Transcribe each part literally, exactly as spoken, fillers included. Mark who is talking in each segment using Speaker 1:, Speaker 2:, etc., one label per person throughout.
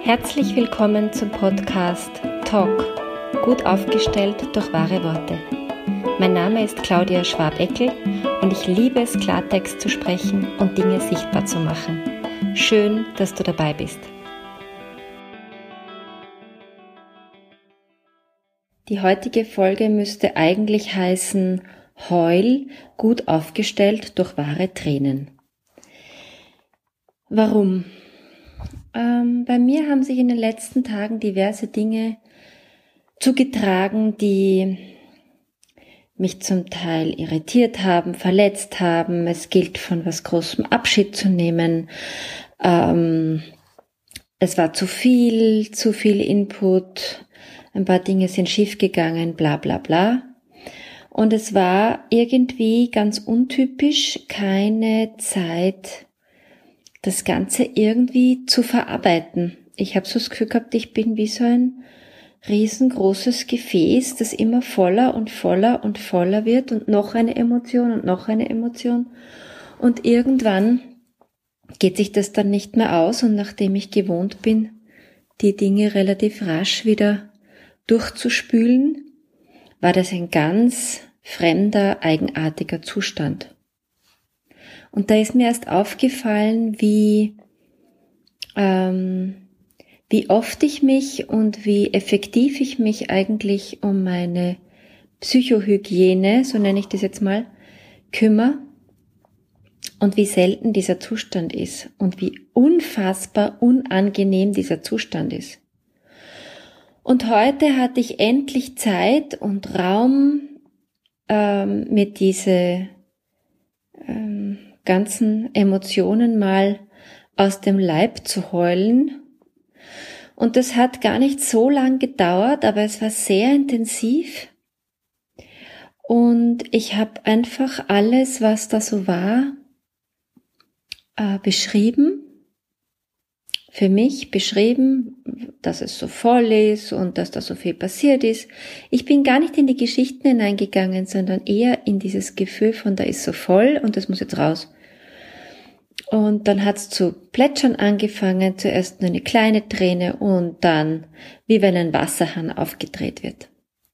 Speaker 1: Herzlich willkommen zum Podcast Talk, gut aufgestellt durch wahre Worte. Mein Name ist Claudia Schwab-Eckel und ich liebe es, Klartext zu sprechen und Dinge sichtbar zu machen. Schön, dass du dabei bist. Die heutige Folge müsste eigentlich heißen Heul, gut aufgestellt durch wahre Tränen. Warum? Ähm, bei mir haben sich in den letzten Tagen diverse Dinge zugetragen, die mich zum Teil irritiert haben, verletzt haben. Es gilt, von was Großem Abschied zu nehmen. Ähm, es war zu viel, zu viel Input. Ein paar Dinge sind schiefgegangen, bla bla bla. Und es war irgendwie ganz untypisch keine Zeit, das Ganze irgendwie zu verarbeiten. Ich habe so das Gefühl gehabt, ich bin wie so ein riesengroßes Gefäß, das immer voller und voller und voller wird und noch eine Emotion und noch eine Emotion. Und irgendwann geht sich das dann nicht mehr aus und nachdem ich gewohnt bin, die Dinge relativ rasch wieder durchzuspülen, war das ein ganz fremder, eigenartiger Zustand. Und da ist mir erst aufgefallen, wie, ähm, wie oft ich mich und wie effektiv ich mich eigentlich um meine Psychohygiene, so nenne ich das jetzt mal, kümmere und wie selten dieser Zustand ist und wie unfassbar unangenehm dieser Zustand ist. Und heute hatte ich endlich Zeit und Raum, ähm, mir diese ähm, ganzen Emotionen mal aus dem Leib zu heulen. Und das hat gar nicht so lang gedauert, aber es war sehr intensiv. Und ich habe einfach alles, was da so war, äh, beschrieben. Für mich beschrieben, dass es so voll ist und dass da so viel passiert ist. Ich bin gar nicht in die Geschichten hineingegangen, sondern eher in dieses Gefühl von, da ist so voll und das muss jetzt raus. Und dann hat's zu plätschern angefangen, zuerst nur eine kleine Träne und dann, wie wenn ein Wasserhahn aufgedreht wird.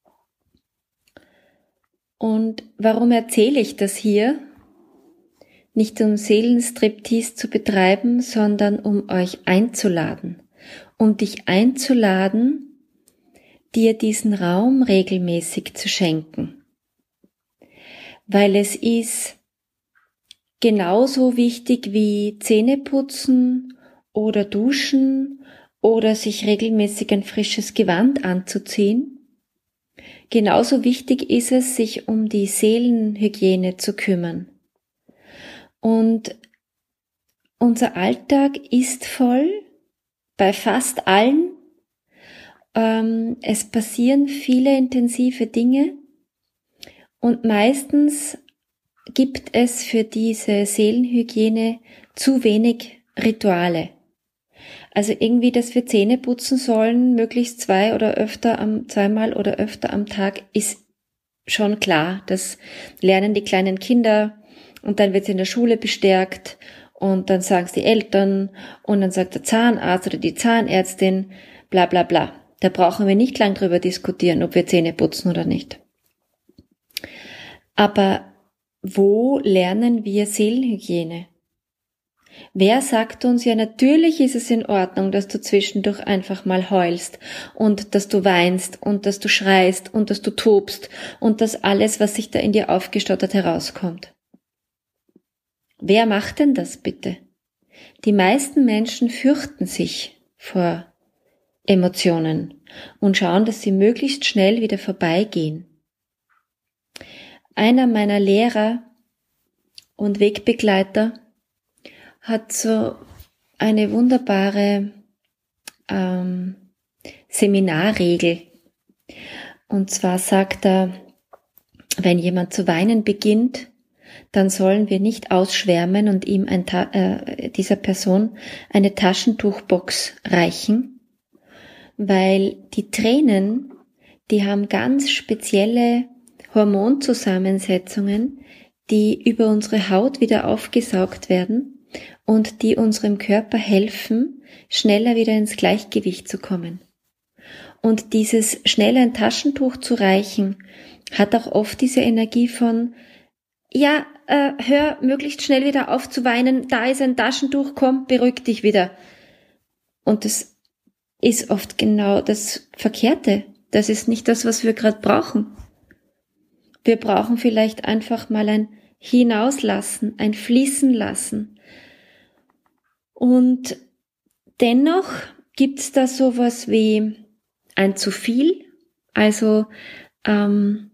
Speaker 1: Und warum erzähle ich das hier? Nicht um Seelenstriptease zu betreiben, sondern um euch einzuladen, um dich einzuladen, dir diesen Raum regelmäßig zu schenken. Weil es ist genauso wichtig wie Zähneputzen oder duschen oder sich regelmäßig ein frisches Gewand anzuziehen. Genauso wichtig ist es, sich um die Seelenhygiene zu kümmern. Und unser Alltag ist voll, bei fast allen. Ähm, es passieren viele intensive Dinge und meistens gibt es für diese Seelenhygiene zu wenig Rituale. Also irgendwie, dass wir Zähne putzen sollen, möglichst zwei oder öfter am, zweimal oder öfter am Tag, ist schon klar. Das lernen die kleinen Kinder. Und dann wird es in der Schule bestärkt und dann sagen es die Eltern und dann sagt der Zahnarzt oder die Zahnärztin, bla bla bla. Da brauchen wir nicht lang drüber diskutieren, ob wir Zähne putzen oder nicht. Aber wo lernen wir Seelenhygiene? Wer sagt uns, ja natürlich ist es in Ordnung, dass du zwischendurch einfach mal heulst und dass du weinst und dass du schreist und dass du tobst und dass alles, was sich da in dir aufgestaut hat, herauskommt. Wer macht denn das bitte? Die meisten Menschen fürchten sich vor Emotionen und schauen, dass sie möglichst schnell wieder vorbeigehen. Einer meiner Lehrer und Wegbegleiter hat so eine wunderbare ähm, Seminarregel. Und zwar sagt er, wenn jemand zu weinen beginnt, dann sollen wir nicht ausschwärmen und ihm ein Ta- äh, dieser Person eine Taschentuchbox reichen, weil die Tränen, die haben ganz spezielle Hormonzusammensetzungen, die über unsere Haut wieder aufgesaugt werden und die unserem Körper helfen, schneller wieder ins Gleichgewicht zu kommen. Und dieses schnell ein Taschentuch zu reichen, hat auch oft diese Energie von, ja, äh, hör möglichst schnell wieder auf zu weinen, da ist ein Taschentuch, komm, beruhig dich wieder. Und das ist oft genau das Verkehrte. Das ist nicht das, was wir gerade brauchen. Wir brauchen vielleicht einfach mal ein Hinauslassen, ein Fließen lassen. Und dennoch gibt's da sowas wie ein zu viel. Also ähm,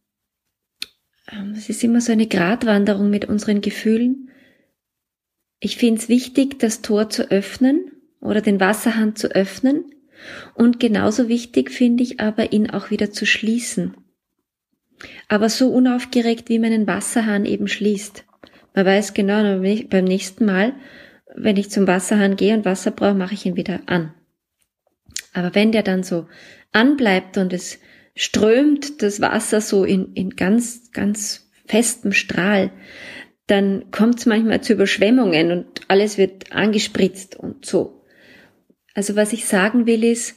Speaker 1: es ist immer so eine Gratwanderung mit unseren Gefühlen. Ich finde es wichtig, das Tor zu öffnen oder den Wasserhahn zu öffnen. Und genauso wichtig finde ich aber, ihn auch wieder zu schließen. Aber so unaufgeregt, wie man einen Wasserhahn eben schließt. Man weiß genau, beim nächsten Mal, wenn ich zum Wasserhahn gehe und Wasser brauche, mache ich ihn wieder an. Aber wenn der dann so anbleibt und es strömt das Wasser so in, in ganz, ganz festem Strahl, dann kommt es manchmal zu Überschwemmungen und alles wird angespritzt und so. Also was ich sagen will ist,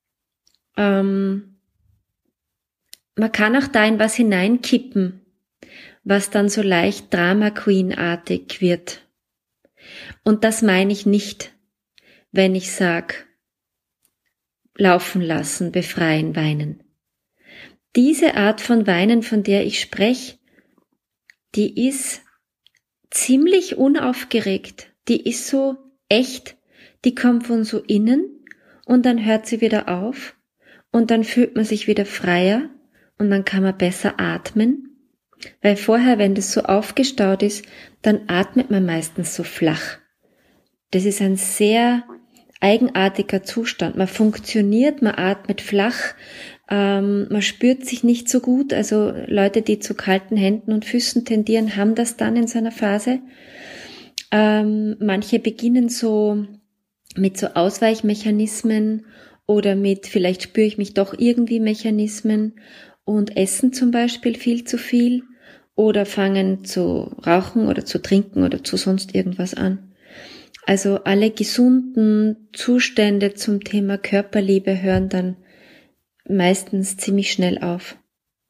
Speaker 1: ähm, man kann auch da in was hineinkippen, was dann so leicht Drama Queen-artig wird. Und das meine ich nicht, wenn ich sag, laufen lassen, befreien, weinen. Diese Art von Weinen, von der ich spreche, die ist ziemlich unaufgeregt, die ist so echt, die kommt von so innen und dann hört sie wieder auf und dann fühlt man sich wieder freier und dann kann man besser atmen, weil vorher, wenn das so aufgestaut ist, dann atmet man meistens so flach. Das ist ein sehr eigenartiger Zustand. Man funktioniert, man atmet flach, ähm, man spürt sich nicht so gut. Also Leute, die zu kalten Händen und Füßen tendieren, haben das dann in so einer Phase. Ähm, manche beginnen so mit so Ausweichmechanismen oder mit, vielleicht spüre ich mich doch irgendwie Mechanismen und essen zum Beispiel viel zu viel oder fangen zu rauchen oder zu trinken oder zu sonst irgendwas an. Also alle gesunden Zustände zum Thema Körperliebe hören dann meistens ziemlich schnell auf.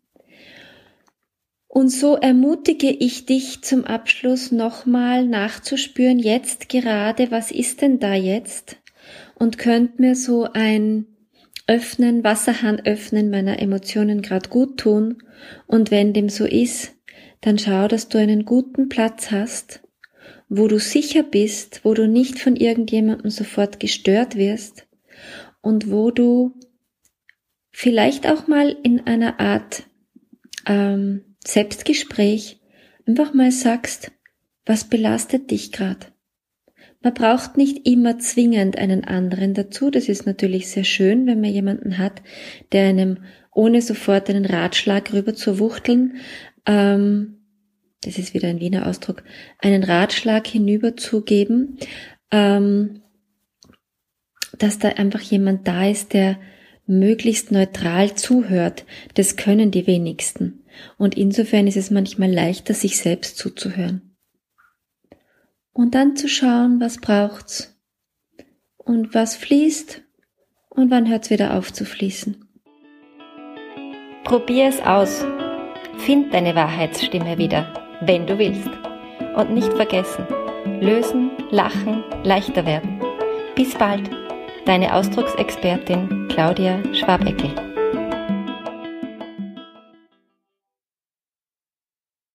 Speaker 1: Und so ermutige ich dich zum Abschluss nochmal nachzuspüren, jetzt gerade, was ist denn da jetzt? Und könnt mir so ein Öffnen, Wasserhahn öffnen meiner Emotionen gerade gut tun. Und wenn dem so ist, dann schau, dass du einen guten Platz hast, wo du sicher bist, wo du nicht von irgendjemandem sofort gestört wirst und wo du vielleicht auch mal in einer Art ähm, Selbstgespräch einfach mal sagst, was belastet dich gerade? Man braucht nicht immer zwingend einen anderen dazu. Das ist natürlich sehr schön, wenn man jemanden hat, der einem ohne sofort einen Ratschlag rüber zu wuchteln, ähm, das ist wieder ein Wiener Ausdruck, einen Ratschlag hinüberzugeben, ähm, dass da einfach jemand da ist, der möglichst neutral zuhört. Das können die wenigsten. Und insofern ist es manchmal leichter, sich selbst zuzuhören. Und dann zu schauen, was braucht's und was fließt und wann hört's wieder auf zu fließen. Probier es aus. Find deine Wahrheitsstimme wieder, wenn du willst. Und nicht vergessen, lösen, lachen, leichter werden. Bis bald, deine Ausdrucksexpertin Claudia Schwabeckel.